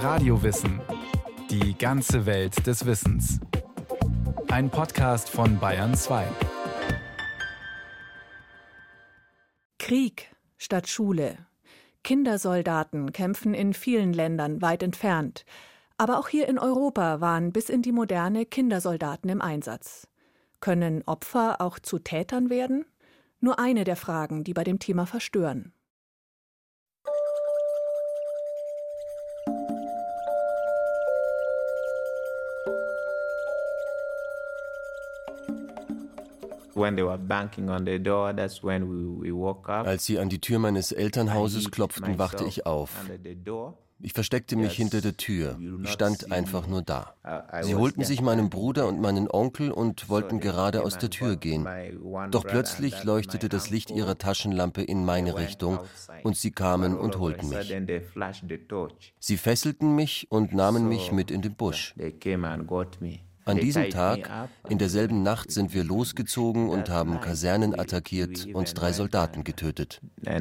Radiowissen. Die ganze Welt des Wissens. Ein Podcast von Bayern 2. Krieg statt Schule. Kindersoldaten kämpfen in vielen Ländern weit entfernt. Aber auch hier in Europa waren bis in die Moderne Kindersoldaten im Einsatz. Können Opfer auch zu Tätern werden? Nur eine der Fragen, die bei dem Thema verstören. Als sie an die Tür meines Elternhauses klopften, wachte ich auf. Ich versteckte mich hinter der Tür. Ich stand einfach nur da. Sie holten sich meinen Bruder und meinen Onkel und wollten gerade aus der Tür gehen. Doch plötzlich leuchtete das Licht ihrer Taschenlampe in meine Richtung und sie kamen und holten mich. Sie fesselten mich und nahmen mich mit in den Busch. An diesem Tag, in derselben Nacht, sind wir losgezogen und haben Kasernen attackiert und 3 Soldaten getötet.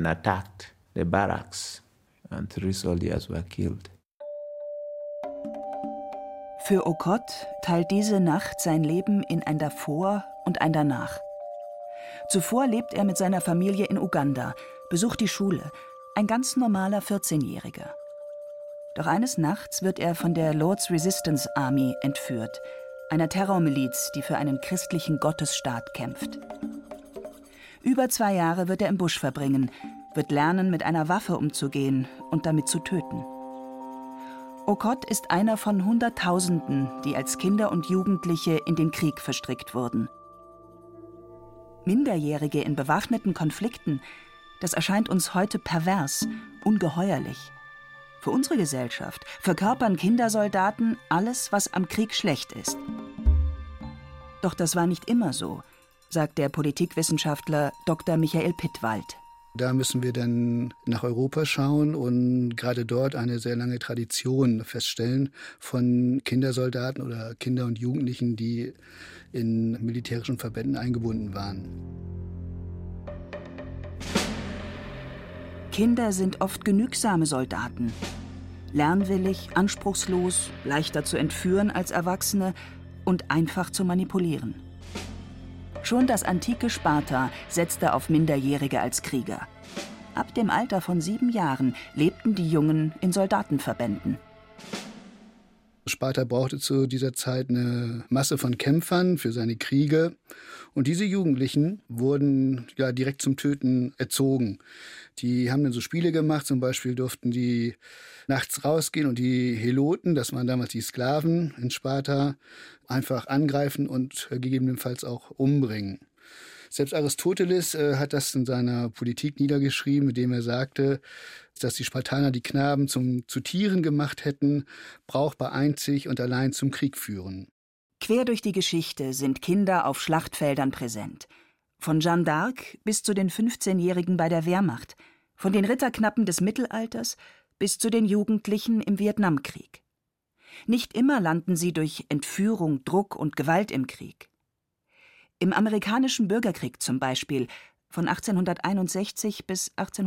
Für Okot teilt diese Nacht sein Leben in ein Davor und ein Danach. Zuvor lebt er mit seiner Familie in Uganda, besucht die Schule, ein ganz normaler 14-Jähriger. Doch eines Nachts wird er von der Lord's Resistance Army entführt, einer Terrormiliz, die für einen christlichen Gottesstaat kämpft. Über 2 Jahre wird er im Busch verbringen, wird lernen, mit einer Waffe umzugehen und damit zu töten. Okot ist einer von Hunderttausenden, die als Kinder und Jugendliche in den Krieg verstrickt wurden. Minderjährige in bewaffneten Konflikten, das erscheint uns heute pervers, ungeheuerlich. Für unsere Gesellschaft verkörpern Kindersoldaten alles, was am Krieg schlecht ist. Doch das war nicht immer so, sagt der Politikwissenschaftler Dr. Michael Pittwald. Da müssen wir dann nach Europa schauen und gerade dort eine sehr lange Tradition feststellen von Kindersoldaten oder Kinder und Jugendlichen, die in militärischen Verbänden eingebunden waren. Kinder sind oft genügsame Soldaten. Lernwillig, anspruchslos, leichter zu entführen als Erwachsene und einfach zu manipulieren. Schon das antike Sparta setzte auf Minderjährige als Krieger. Ab dem Alter von 7 Jahren lebten die Jungen in Soldatenverbänden. Sparta brauchte zu dieser Zeit eine Masse von Kämpfern für seine Kriege. Und diese Jugendlichen wurden direkt zum Töten erzogen. Die haben dann so Spiele gemacht, zum Beispiel durften die nachts rausgehen und die Heloten, das waren damals die Sklaven in Sparta, einfach angreifen und gegebenenfalls auch umbringen. Selbst Aristoteles hat das in seiner Politik niedergeschrieben, indem er sagte, dass die Spartaner die Knaben zu Tieren gemacht hätten, brauchbar einzig und allein zum Krieg führen. Quer durch die Geschichte sind Kinder auf Schlachtfeldern präsent. Von Jeanne d'Arc bis zu den 15-Jährigen bei der Wehrmacht, von den Ritterknappen des Mittelalters bis zu den Jugendlichen im Vietnamkrieg. Nicht immer landen sie durch Entführung, Druck und Gewalt im Krieg. Im amerikanischen Bürgerkrieg zum Beispiel, von 1861 bis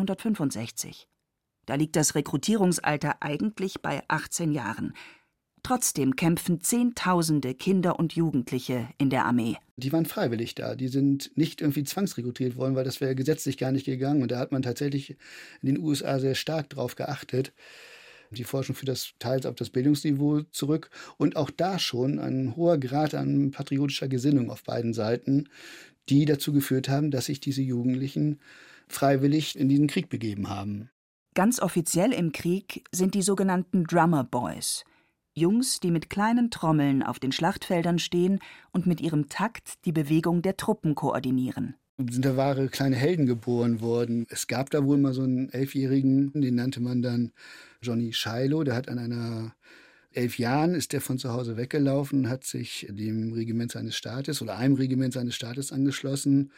1865. Da liegt das Rekrutierungsalter eigentlich bei 18 Jahren. Trotzdem kämpfen Zehntausende Kinder und Jugendliche in der Armee. Die waren freiwillig da, die sind nicht irgendwie zwangsrekrutiert worden, weil das wäre gesetzlich gar nicht gegangen. Und da hat man tatsächlich in den USA sehr stark drauf geachtet. Die Forschung führt das teils auf das Bildungsniveau zurück. Und auch da schon ein hoher Grad an patriotischer Gesinnung auf beiden Seiten, die dazu geführt haben, dass sich diese Jugendlichen freiwillig in diesen Krieg begeben haben. Ganz offiziell im Krieg sind die sogenannten Drummer Boys. Jungs, die mit kleinen Trommeln auf den Schlachtfeldern stehen und mit ihrem Takt die Bewegung der Truppen koordinieren. Sind da wahre kleine Helden geboren worden. Es gab da wohl mal so einen 11-Jährigen, den nannte man dann Johnny Shiloh. Der hat an einer 11 Jahren ist der von zu Hause weggelaufen, hat sich dem Regiment seines Staates oder einem Regiment seines Staates angeschlossen.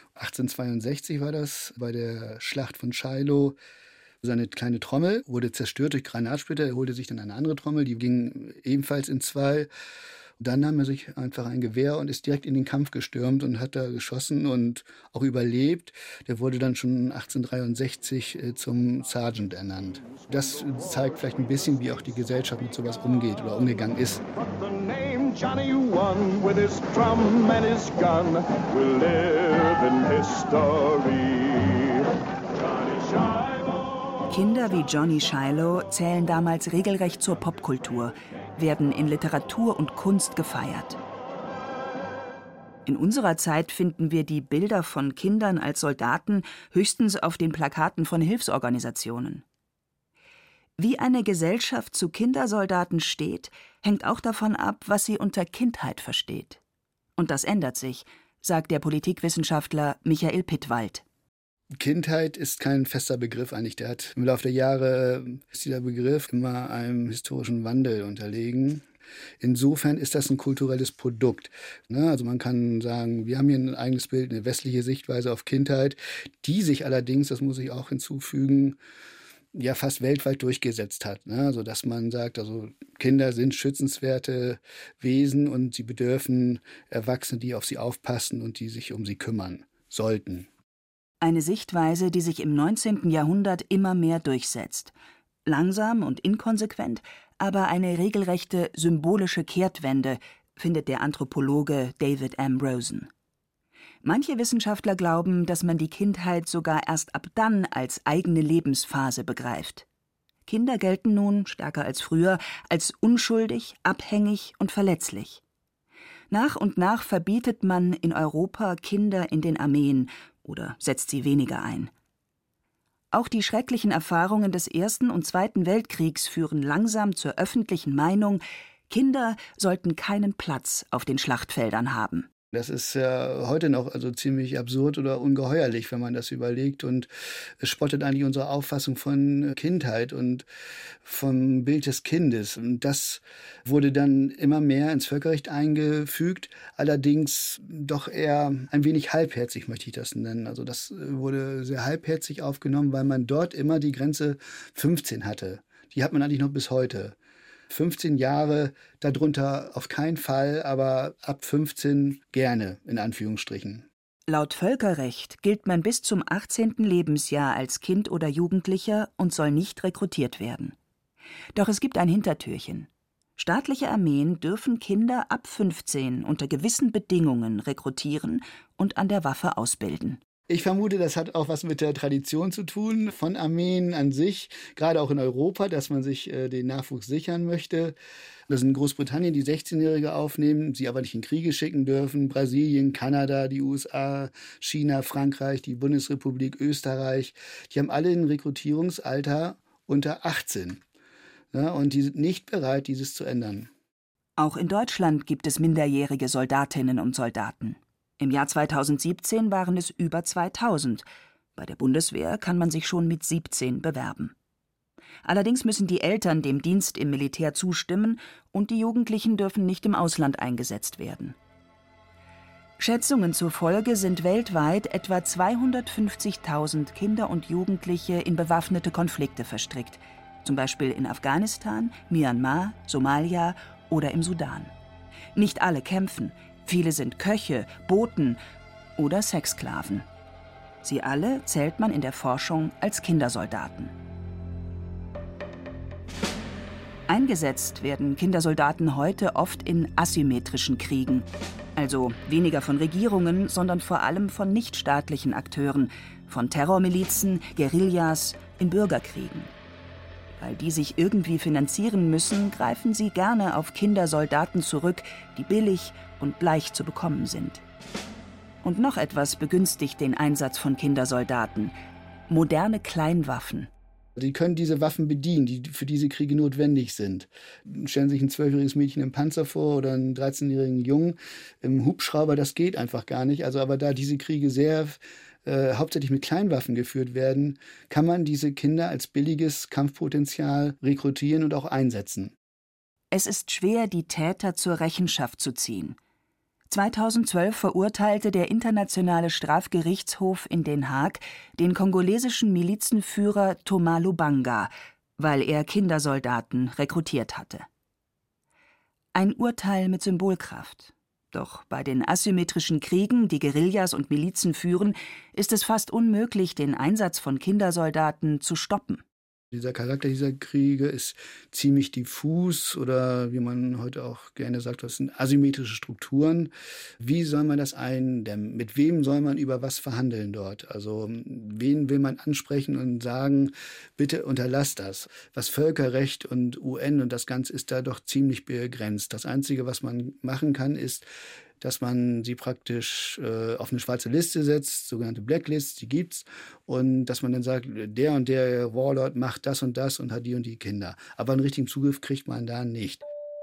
1862 war das, bei der Schlacht von Shiloh. Seine kleine Trommel wurde zerstört durch Granatsplitter. Er holte sich dann eine andere Trommel, die ging ebenfalls in 2. Dann nahm er sich einfach ein Gewehr und ist direkt in den Kampf gestürmt und hat da geschossen und auch überlebt. Der wurde dann schon 1863 zum Sergeant ernannt. Das zeigt vielleicht ein bisschen, wie auch die Gesellschaft mit sowas umgeht oder umgegangen ist. Johnny won with his drum and his gun will live in history. Kinder wie Johnny Shiloh zählen damals regelrecht zur Popkultur, werden in Literatur und Kunst gefeiert. In unserer Zeit finden wir die Bilder von Kindern als Soldaten höchstens auf den Plakaten von Hilfsorganisationen. Wie eine Gesellschaft zu Kindersoldaten steht, hängt auch davon ab, was sie unter Kindheit versteht. Und das ändert sich, sagt der Politikwissenschaftler Michael Pittwald. Kindheit ist kein fester Begriff eigentlich. Der hat im Laufe der Jahre ist dieser Begriff immer einem historischen Wandel unterlegen. Insofern ist das ein kulturelles Produkt. Also man kann sagen, wir haben hier ein eigenes Bild, eine westliche Sichtweise auf Kindheit, die sich allerdings, das muss ich auch hinzufügen, ja fast weltweit durchgesetzt hat. Also dass man sagt, also Kinder sind schützenswerte Wesen und sie bedürfen Erwachsene, die auf sie aufpassen und die sich um sie kümmern sollten. Eine Sichtweise, die sich im 19. Jahrhundert immer mehr durchsetzt. Langsam und inkonsequent, aber eine regelrechte symbolische Kehrtwende, findet der Anthropologe David M. Rosen. Manche Wissenschaftler glauben, dass man die Kindheit sogar erst ab dann als eigene Lebensphase begreift. Kinder gelten nun, stärker als früher, als unschuldig, abhängig und verletzlich. Nach und nach verbietet man in Europa Kinder in den Armeen oder setzt sie weniger ein. Auch die schrecklichen Erfahrungen des Ersten und Zweiten Weltkriegs führen langsam zur öffentlichen Meinung, Kinder sollten keinen Platz auf den Schlachtfeldern haben. Das ist ja heute noch also ziemlich absurd oder ungeheuerlich, wenn man das überlegt. Und es spottet eigentlich unsere Auffassung von Kindheit und vom Bild des Kindes. Und das wurde dann immer mehr ins Völkerrecht eingefügt, allerdings doch eher ein wenig halbherzig, möchte ich das nennen. Also das wurde sehr halbherzig aufgenommen, weil man dort immer die Grenze 15 hatte. Die hat man eigentlich noch bis heute. 15 Jahre, darunter auf keinen Fall, aber ab 15 gerne, in Anführungsstrichen. Laut Völkerrecht gilt man bis zum 18. Lebensjahr als Kind oder Jugendlicher und soll nicht rekrutiert werden. Doch es gibt ein Hintertürchen. Staatliche Armeen dürfen Kinder ab 15 unter gewissen Bedingungen rekrutieren und an der Waffe ausbilden. Ich vermute, das hat auch was mit der Tradition zu tun von Armeen an sich, gerade auch in Europa, dass man sich den Nachwuchs sichern möchte. Das in Großbritannien die 16-Jährige aufnehmen, sie aber nicht in Kriege schicken dürfen. Brasilien, Kanada, die USA, China, Frankreich, die Bundesrepublik, Österreich, die haben alle ein Rekrutierungsalter unter 18. Ja, und die sind nicht bereit, dieses zu ändern. Auch in Deutschland gibt es minderjährige Soldatinnen und Soldaten. Im Jahr 2017 waren es über 2000. Bei der Bundeswehr kann man sich schon mit 17 bewerben. Allerdings müssen die Eltern dem Dienst im Militär zustimmen und die Jugendlichen dürfen nicht im Ausland eingesetzt werden. Schätzungen zufolge sind weltweit etwa 250.000 Kinder und Jugendliche in bewaffnete Konflikte verstrickt, zum Beispiel in Afghanistan, Myanmar, Somalia oder im Sudan. Nicht alle kämpfen. Viele sind Köche, Boten oder Sexsklaven. Sie alle zählt man in der Forschung als Kindersoldaten. Eingesetzt werden Kindersoldaten heute oft in asymmetrischen Kriegen, also weniger von Regierungen, sondern vor allem von nichtstaatlichen Akteuren, von Terrormilizen, Guerillas, in Bürgerkriegen. Weil die sich irgendwie finanzieren müssen, greifen sie gerne auf Kindersoldaten zurück, die billig und leicht zu bekommen sind. Und noch etwas begünstigt den Einsatz von Kindersoldaten: moderne Kleinwaffen. Die können diese Waffen bedienen, die für diese Kriege notwendig sind. Stellen Sie sich ein 12-jähriges Mädchen im Panzer vor oder einen 13-jährigen Jungen im Hubschrauber, das geht einfach gar nicht. Also aber da diese Kriege sehr hauptsächlich mit Kleinwaffen geführt werden, kann man diese Kinder als billiges Kampfpotenzial rekrutieren und auch einsetzen. Es ist schwer, die Täter zur Rechenschaft zu ziehen. 2012 verurteilte der Internationale Strafgerichtshof in Den Haag den kongolesischen Milizenführer Thomas Lubanga, weil er Kindersoldaten rekrutiert hatte. Ein Urteil mit Symbolkraft. Doch bei den asymmetrischen Kriegen, die Guerillas und Milizen führen, ist es fast unmöglich, den Einsatz von Kindersoldaten zu stoppen. Dieser Charakter dieser Kriege ist ziemlich diffus oder wie man heute auch gerne sagt, das sind asymmetrische Strukturen. Wie soll man das eindämmen? Mit wem soll man über was verhandeln dort? Also wen will man ansprechen und sagen, bitte unterlasst das? Was Völkerrecht und UN und das Ganze ist da doch ziemlich begrenzt. Das Einzige, was man machen kann, ist, dass man sie praktisch auf eine schwarze Liste setzt, sogenannte Blacklists, die gibt's, und dass man dann sagt, der und der Warlord macht das und hat die und die Kinder. Aber einen richtigen Zugriff kriegt man da nicht.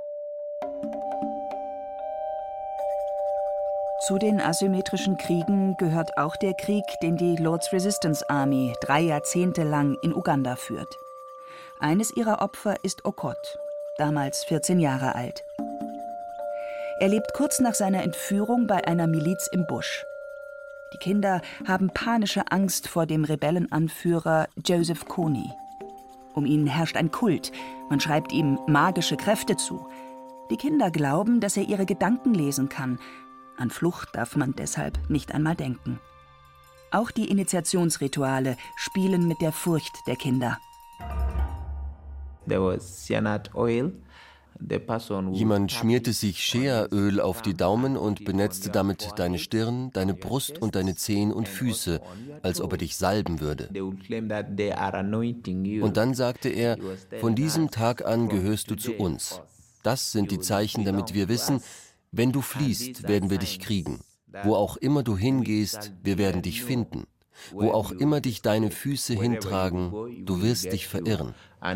Zu den asymmetrischen Kriegen gehört auch der Krieg, den die Lord's Resistance Army 3 Jahrzehnte lang in Uganda führt. Eines ihrer Opfer ist Okot, damals 14 Jahre alt. Er lebt kurz nach seiner Entführung bei einer Miliz im Busch. Die Kinder haben panische Angst vor dem Rebellenanführer Joseph Kony. Um ihn herrscht ein Kult. Man schreibt ihm magische Kräfte zu. Die Kinder glauben, dass er ihre Gedanken lesen kann. An Flucht darf man deshalb nicht einmal denken. Auch die Initiationsrituale spielen mit der Furcht der Kinder. There was cyanide oil. Jemand schmierte sich Shea-Öl auf die Daumen und benetzte damit deine Stirn, deine Brust und deine Zehen und Füße, als ob er dich salben würde. Und dann sagte er, von diesem Tag an gehörst du zu uns. Das sind die Zeichen, damit wir wissen, wenn du fliehst, werden wir dich kriegen. Wo auch immer du hingehst, wir werden dich finden. Wo auch immer dich deine Füße hintragen, du wirst dich verirren.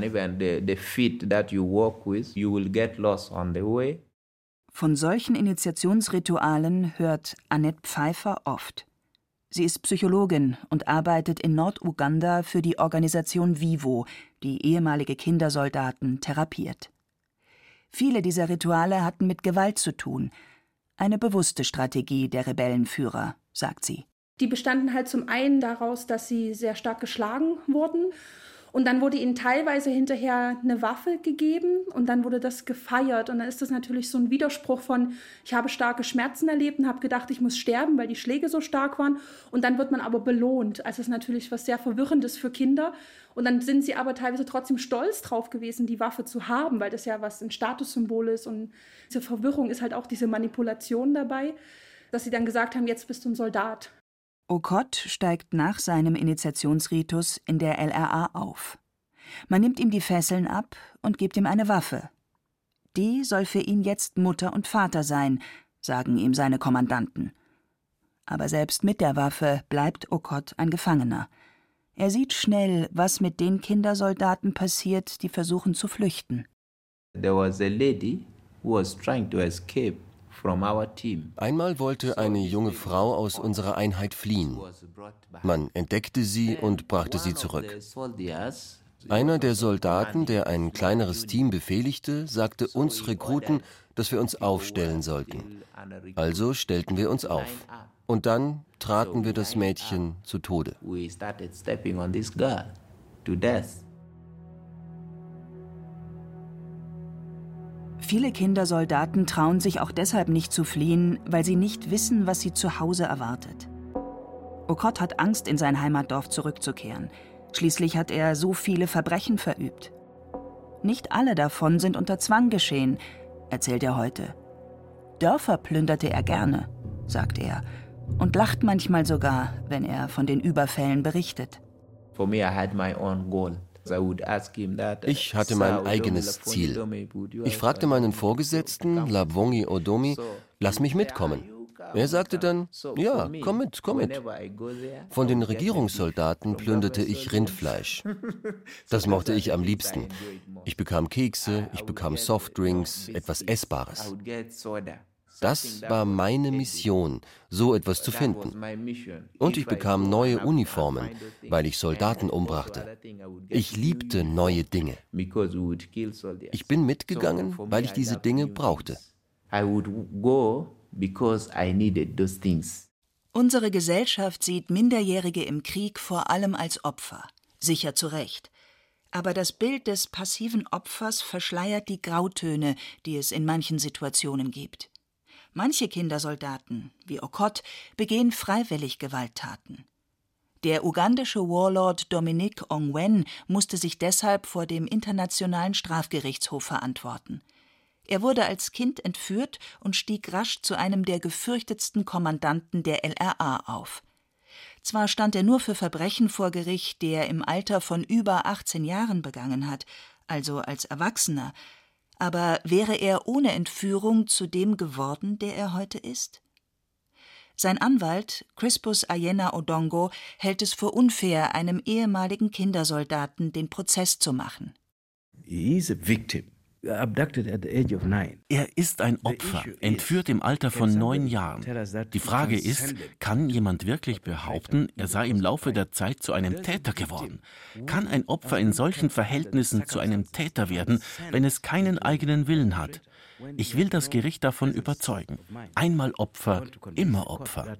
Von solchen Initiationsritualen hört Annette Pfeiffer oft. Sie ist Psychologin und arbeitet in Norduganda für die Organisation Vivo, die ehemalige Kindersoldaten therapiert. Viele dieser Rituale hatten mit Gewalt zu tun. Eine bewusste Strategie der Rebellenführer, sagt sie. Die bestanden halt zum einen daraus, dass sie sehr stark geschlagen wurden. Und dann wurde ihnen teilweise hinterher eine Waffe gegeben und dann wurde das gefeiert. Und dann ist das natürlich so ein Widerspruch von, ich habe starke Schmerzen erlebt und habe gedacht, ich muss sterben, weil die Schläge so stark waren. Und dann wird man aber belohnt. Also das ist natürlich was sehr Verwirrendes für Kinder. Und dann sind sie aber teilweise trotzdem stolz drauf gewesen, die Waffe zu haben, weil das ja was ein Statussymbol ist. Und diese Verwirrung ist halt auch diese Manipulation dabei, dass sie dann gesagt haben, jetzt bist du ein Soldat. Okot steigt nach seinem Initiationsritus in der LRA auf. Man nimmt ihm die Fesseln ab und gibt ihm eine Waffe. Die soll für ihn jetzt Mutter und Vater sein, sagen ihm seine Kommandanten. Aber selbst mit der Waffe bleibt Okot ein Gefangener. Er sieht schnell, was mit den Kindersoldaten passiert, die versuchen zu flüchten. There was a lady who was trying to escape. Einmal wollte eine junge Frau aus unserer Einheit fliehen. Man entdeckte sie und brachte sie zurück. Einer der Soldaten, der ein kleineres Team befehligte, sagte uns Rekruten, dass wir uns aufstellen sollten. Also stellten wir uns auf. Und dann traten wir das Mädchen zu Tode. Viele Kindersoldaten trauen sich auch deshalb nicht zu fliehen, weil sie nicht wissen, was sie zu Hause erwartet. Okot hat Angst, in sein Heimatdorf zurückzukehren. Schließlich hat er so viele Verbrechen verübt. Nicht alle davon sind unter Zwang geschehen, erzählt er heute. Dörfer plünderte er gerne, sagt er, und lacht manchmal sogar, wenn er von den Überfällen berichtet. Ich hatte mein eigenes Ziel. Ich fragte meinen Vorgesetzten, Labwongi Odomi, lass mich mitkommen. Er sagte dann, ja, komm mit. Von den Regierungssoldaten plünderte ich Rindfleisch. Das mochte ich am liebsten. Ich bekam Kekse, ich bekam Softdrinks, etwas Essbares. Das war meine Mission, so etwas zu finden. Und ich bekam neue Uniformen, weil ich Soldaten umbrachte. Ich liebte neue Dinge. Ich bin mitgegangen, weil ich diese Dinge brauchte. Unsere Gesellschaft sieht Minderjährige im Krieg vor allem als Opfer. Sicher zu Recht. Aber das Bild des passiven Opfers verschleiert die Grautöne, die es in manchen Situationen gibt. Manche Kindersoldaten, wie Okot, begehen freiwillig Gewalttaten. Der ugandische Warlord Dominic Ongwen musste sich deshalb vor dem Internationalen Strafgerichtshof verantworten. Er wurde als Kind entführt und stieg rasch zu einem der gefürchtetsten Kommandanten der LRA auf. Zwar stand er nur für Verbrechen vor Gericht, die er im Alter von über 18 Jahren begangen hat, also als Erwachsener, aber wäre er ohne Entführung zu dem geworden, der er heute ist? Sein Anwalt, Crispus Ayena Odongo, hält es für unfair, einem ehemaligen Kindersoldaten den Prozess zu machen. He is a victim. Er ist ein Opfer, entführt im Alter von 9 Jahren. Die Frage ist, kann jemand wirklich behaupten, er sei im Laufe der Zeit zu einem Täter geworden? Kann ein Opfer in solchen Verhältnissen zu einem Täter werden, wenn es keinen eigenen Willen hat? Ich will das Gericht davon überzeugen. Einmal Opfer, immer Opfer.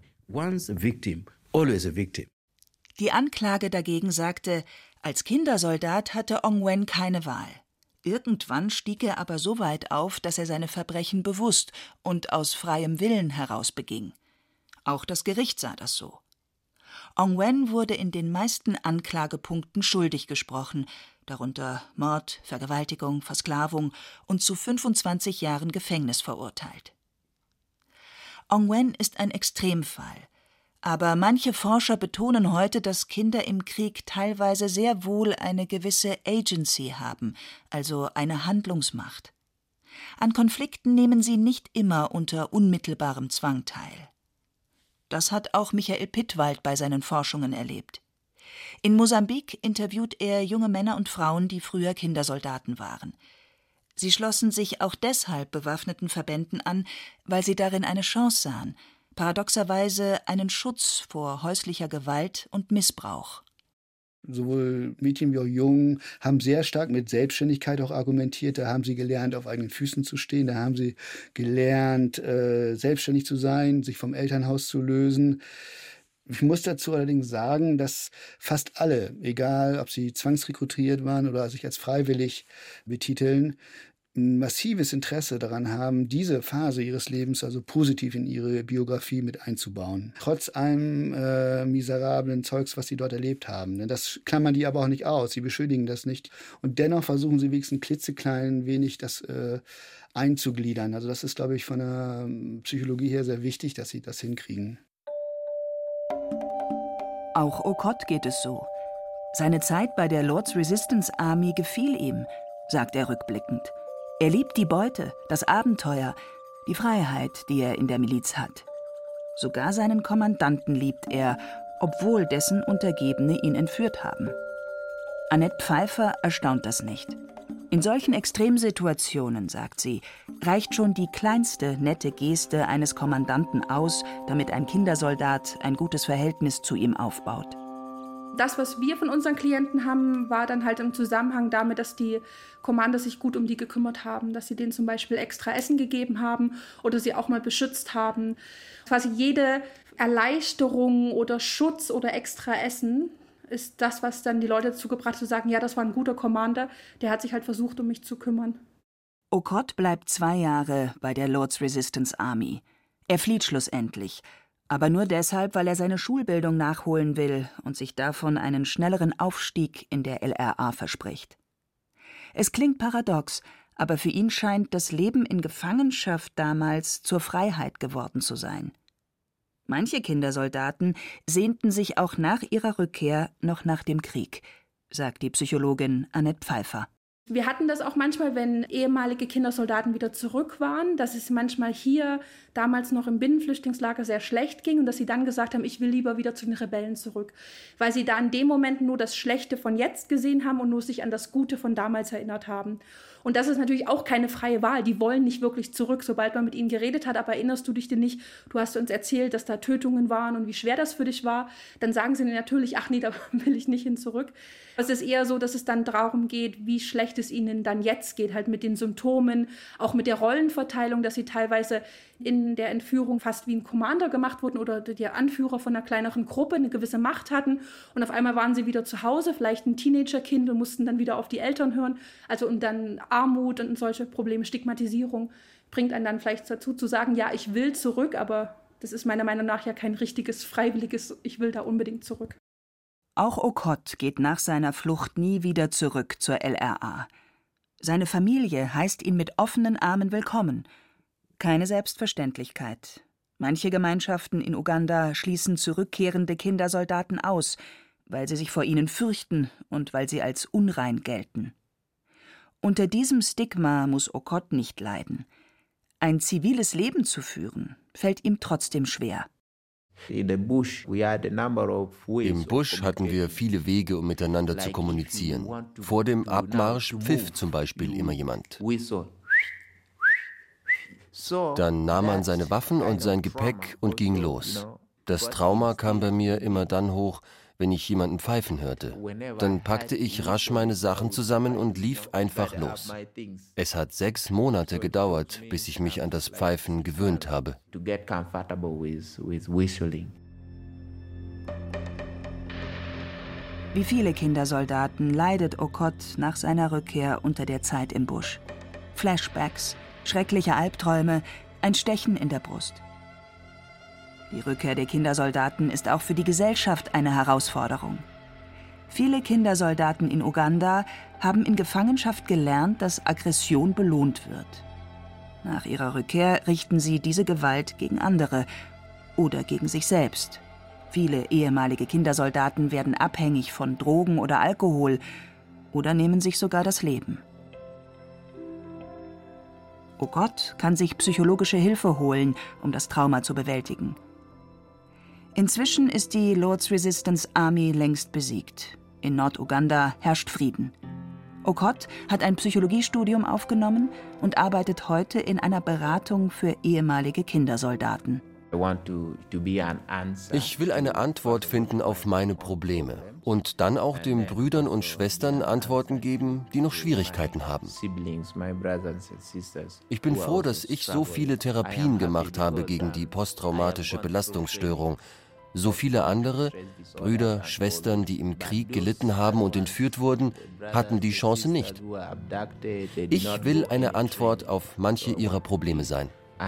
Die Anklage dagegen sagte, als Kindersoldat hatte Ongwen keine Wahl. Irgendwann stieg er aber so weit auf, dass er seine Verbrechen bewusst und aus freiem Willen heraus beging. Auch das Gericht sah das so. Ongwen wurde in den meisten Anklagepunkten schuldig gesprochen, darunter Mord, Vergewaltigung, Versklavung und zu 25 Jahren Gefängnis verurteilt. Ongwen ist ein Extremfall. Aber manche Forscher betonen heute, dass Kinder im Krieg teilweise sehr wohl eine gewisse Agency haben, also eine Handlungsmacht. An Konflikten nehmen sie nicht immer unter unmittelbarem Zwang teil. Das hat auch Michael Pittwald bei seinen Forschungen erlebt. In Mosambik interviewt er junge Männer und Frauen, die früher Kindersoldaten waren. Sie schlossen sich auch deshalb bewaffneten Verbänden an, weil sie darin eine Chance sahen, paradoxerweise einen Schutz vor häuslicher Gewalt und Missbrauch. Sowohl Mädchen wie auch Jungen haben sehr stark mit Selbstständigkeit auch argumentiert. Da haben sie gelernt, auf eigenen Füßen zu stehen. Da haben sie gelernt, selbstständig zu sein, sich vom Elternhaus zu lösen. Ich muss dazu allerdings sagen, dass fast alle, egal ob sie zwangsrekrutiert waren oder sich als freiwillig betiteln, ein massives Interesse daran haben, diese Phase ihres Lebens also positiv in ihre Biografie mit einzubauen. Trotz allem miserablen Zeugs, was sie dort erlebt haben. Das klammern die aber auch nicht aus, sie beschuldigen das nicht. Und dennoch versuchen sie wenigstens klitzeklein wenig das einzugliedern. Also das ist, glaube ich, von der Psychologie her sehr wichtig, dass sie das hinkriegen. Auch Okot geht es so. Seine Zeit bei der Lord's Resistance Army gefiel ihm, sagt er rückblickend. Er liebt die Beute, das Abenteuer, die Freiheit, die er in der Miliz hat. Sogar seinen Kommandanten liebt er, obwohl dessen Untergebene ihn entführt haben. Annette Pfeiffer erstaunt das nicht. In solchen Extremsituationen, sagt sie, reicht schon die kleinste nette Geste eines Kommandanten aus, damit ein Kindersoldat ein gutes Verhältnis zu ihm aufbaut. Das, was wir von unseren Klienten haben, war dann halt im Zusammenhang damit, dass die Kommander sich gut um die gekümmert haben, dass sie denen zum Beispiel extra Essen gegeben haben oder sie auch mal beschützt haben. Quasi jede Erleichterung oder Schutz oder extra Essen ist das, was dann die Leute dazu gebracht hat, zu sagen, ja, das war ein guter Commander, der hat sich halt versucht, um mich zu kümmern. Okot bleibt 2 Jahre bei der Lord's Resistance Army. Er flieht schlussendlich, aber nur deshalb, weil er seine Schulbildung nachholen will und sich davon einen schnelleren Aufstieg in der LRA verspricht. Es klingt paradox, aber für ihn scheint das Leben in Gefangenschaft damals zur Freiheit geworden zu sein. Manche Kindersoldaten sehnten sich auch nach ihrer Rückkehr noch nach dem Krieg, sagt die Psychologin Annette Pfeiffer. Wir hatten das auch manchmal, wenn ehemalige Kindersoldaten wieder zurück waren, dass es manchmal hier damals noch im Binnenflüchtlingslager sehr schlecht ging und dass sie dann gesagt haben, ich will lieber wieder zu den Rebellen zurück, weil sie da in dem Moment nur das Schlechte von jetzt gesehen haben und nur sich an das Gute von damals erinnert haben. Und das ist natürlich auch keine freie Wahl. Die wollen nicht wirklich zurück, sobald man mit ihnen geredet hat. Aber erinnerst du dich denn nicht, du hast uns erzählt, dass da Tötungen waren und wie schwer das für dich war. Dann sagen sie natürlich, ach nee, da will ich nicht hin zurück. Es ist eher so, dass es dann darum geht, wie schlecht schlecht es ihnen dann jetzt geht, halt mit den Symptomen, auch mit der Rollenverteilung, dass sie teilweise in der Entführung fast wie ein Commander gemacht wurden oder der Anführer von einer kleineren Gruppe eine gewisse Macht hatten und auf einmal waren sie wieder zu Hause, vielleicht ein Teenagerkind und mussten dann wieder auf die Eltern hören. Also und dann Armut und solche Probleme, Stigmatisierung bringt einen dann vielleicht dazu zu sagen, ja, ich will zurück, aber das ist meiner Meinung nach ja kein richtiges, freiwilliges, ich will da unbedingt zurück. Auch Okot geht nach seiner Flucht nie wieder zurück zur LRA. Seine Familie heißt ihn mit offenen Armen willkommen. Keine Selbstverständlichkeit. Manche Gemeinschaften in Uganda schließen zurückkehrende Kindersoldaten aus, weil sie sich vor ihnen fürchten und weil sie als unrein gelten. Unter diesem Stigma muss Okot nicht leiden. Ein ziviles Leben zu führen, fällt ihm trotzdem schwer. Im Busch hatten wir viele Wege, um miteinander zu kommunizieren. Vor dem Abmarsch pfiff zum Beispiel immer jemand. Dann nahm man seine Waffen und sein Gepäck und ging los. Das Trauma kam bei mir immer dann hoch, wenn ich jemanden pfeifen hörte. Dann packte ich rasch meine Sachen zusammen und lief einfach los. Es hat 6 Monate gedauert, bis ich mich an das Pfeifen gewöhnt habe. Wie viele Kindersoldaten leidet Okot nach seiner Rückkehr unter der Zeit im Busch. Flashbacks, schreckliche Albträume, ein Stechen in der Brust. Die Rückkehr der Kindersoldaten ist auch für die Gesellschaft eine Herausforderung. Viele Kindersoldaten in Uganda haben in Gefangenschaft gelernt, dass Aggression belohnt wird. Nach ihrer Rückkehr richten sie diese Gewalt gegen andere oder gegen sich selbst. Viele ehemalige Kindersoldaten werden abhängig von Drogen oder Alkohol oder nehmen sich sogar das Leben. Okot kann sich psychologische Hilfe holen, um das Trauma zu bewältigen. Inzwischen ist die Lord's Resistance Army längst besiegt. In Norduganda herrscht Frieden. Okot hat ein Psychologiestudium aufgenommen und arbeitet heute in einer Beratung für ehemalige Kindersoldaten. Ich will eine Antwort finden auf meine Probleme und dann auch den Brüdern und Schwestern Antworten geben, die noch Schwierigkeiten haben. Ich bin froh, dass ich so viele Therapien gemacht habe gegen die posttraumatische Belastungsstörung. So viele andere, Brüder, Schwestern, die im Krieg gelitten haben und entführt wurden, hatten die Chance nicht. Ich will eine Antwort auf manche ihrer Probleme sein.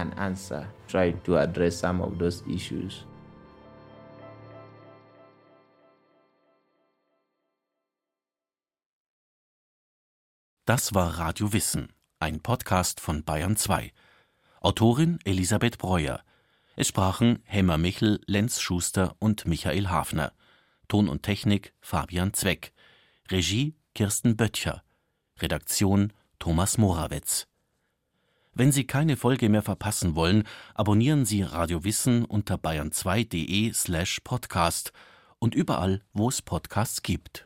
Das war Radio Wissen, ein Podcast von Bayern 2. Autorin Elisabeth Breuer. Es sprachen Hemmer Michel, Lenz Schuster und Michael Hafner. Ton und Technik Fabian Zweck. Regie Kirsten Böttcher. Redaktion Thomas Morawetz. Wenn Sie keine Folge mehr verpassen wollen, abonnieren Sie Radio Wissen unter bayern2.de/podcast und überall, wo es Podcasts gibt.